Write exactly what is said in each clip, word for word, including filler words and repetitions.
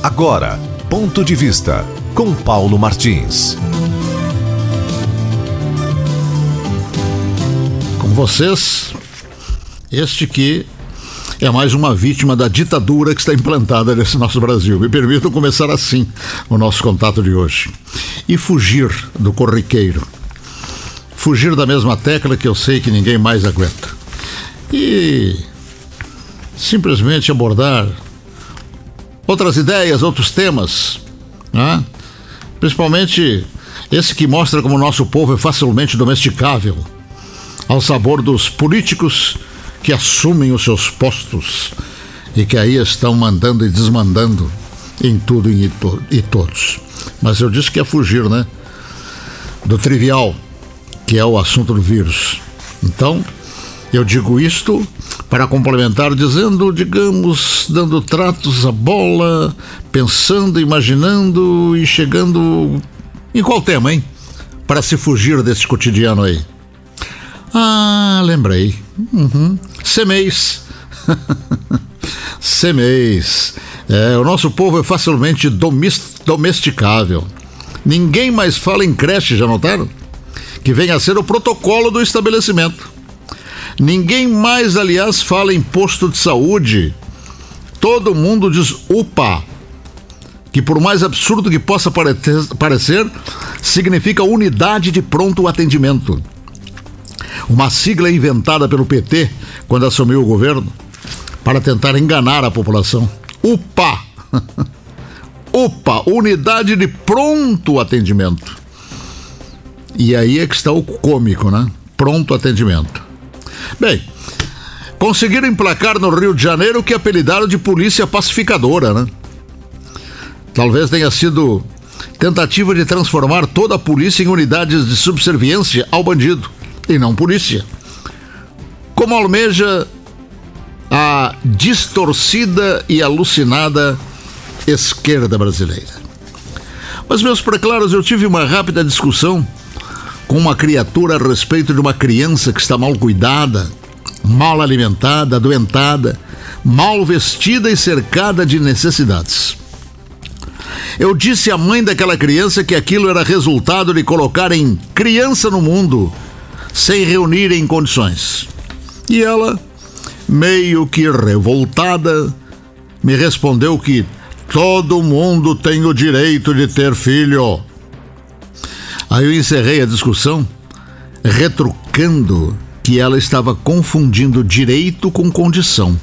Agora, Ponto de Vista, com Paulo Martins. Com vocês, este que é mais uma vítima da ditadura que está implantada nesse nosso Brasil. Me permitam começar assim o nosso contato de hoje. E fugir do corriqueiro. Fugir da mesma tecla que eu sei que ninguém mais aguenta. E simplesmente abordar outras ideias, outros temas, né? Principalmente esse que mostra como o nosso povo é facilmente domesticável ao sabor dos políticos que assumem os seus postos e que aí estão mandando e desmandando em tudo e, to- e todos. Mas eu disse que ia fugir, né? Do trivial, que é o assunto do vírus. Então, eu digo isto para complementar dizendo, digamos, dando tratos à bola, pensando, imaginando e chegando em qual tema, hein? Para se fugir desse cotidiano aí. Ah, lembrei. Uhum. Semês. Semês. É, o nosso povo é facilmente domis- domesticável. Ninguém mais fala em creche, já notaram? Que vem a ser o protocolo do estabelecimento. Ninguém mais, aliás, fala em posto de saúde. Todo mundo diz U P A, que por mais absurdo que possa parecer, significa Unidade de Pronto Atendimento. Uma sigla inventada pelo P T quando assumiu o governo para tentar enganar a população. U P A. U P A, Unidade de Pronto Atendimento. E aí é que está o cômico, né? Pronto Atendimento. Bem, conseguiram emplacar no Rio de Janeiro o que apelidaram de polícia pacificadora, né? Talvez tenha sido tentativa de transformar toda a polícia em unidades de subserviência ao bandido, e não polícia. Como almeja a distorcida e alucinada esquerda brasileira. Mas, meus preclaros, eu tive uma rápida discussão com uma criatura a respeito de uma criança que está mal cuidada, mal alimentada, adoentada, mal vestida e cercada de necessidades. Eu disse à mãe daquela criança que aquilo era resultado de colocarem criança no mundo sem reunir em condições. E ela, meio que revoltada, me respondeu que todo mundo tem o direito de ter filho. Aí eu encerrei a discussão retrucando que ela estava confundindo direito com condição.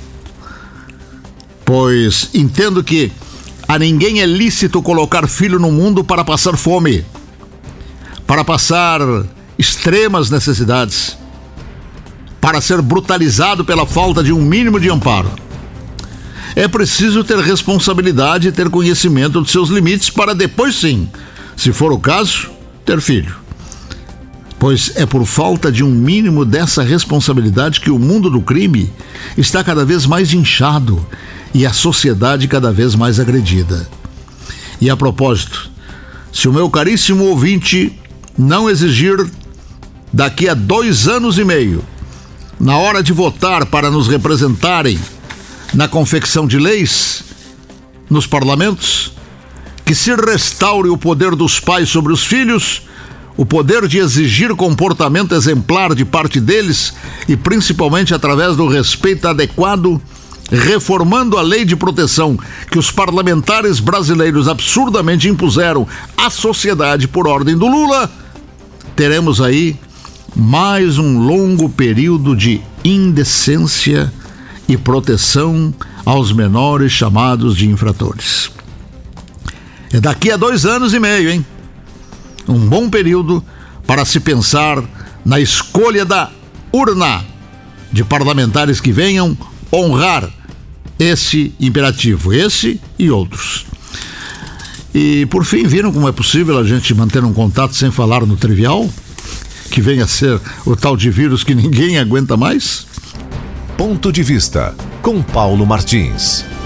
Pois entendo que a ninguém é lícito colocar filho no mundo para passar fome, para passar extremas necessidades, para ser brutalizado pela falta de um mínimo de amparo. É preciso ter responsabilidade e ter conhecimento dos seus limites para depois sim, se for o caso, ter filho. Pois é por falta de um mínimo dessa responsabilidade que o mundo do crime está cada vez mais inchado e a sociedade cada vez mais agredida. E a propósito, se o meu caríssimo ouvinte não exigir daqui a dois anos e meio, na hora de votar para nos representarem na confecção de leis, nos parlamentos, que se restaure o poder dos pais sobre os filhos, o poder de exigir comportamento exemplar de parte deles e principalmente através do respeito adequado, reformando a lei de proteção que os parlamentares brasileiros absurdamente impuseram à sociedade por ordem do Lula, teremos aí mais um longo período de indecência e proteção aos menores chamados de infratores. É daqui a dois anos e meio, hein? Um bom período para se pensar na escolha da urna de parlamentares que venham honrar esse imperativo, esse e outros. E, por fim, viram como é possível a gente manter um contato sem falar no trivial? Que venha a ser o tal de vírus que ninguém aguenta mais? Ponto de Vista, com Paulo Martins.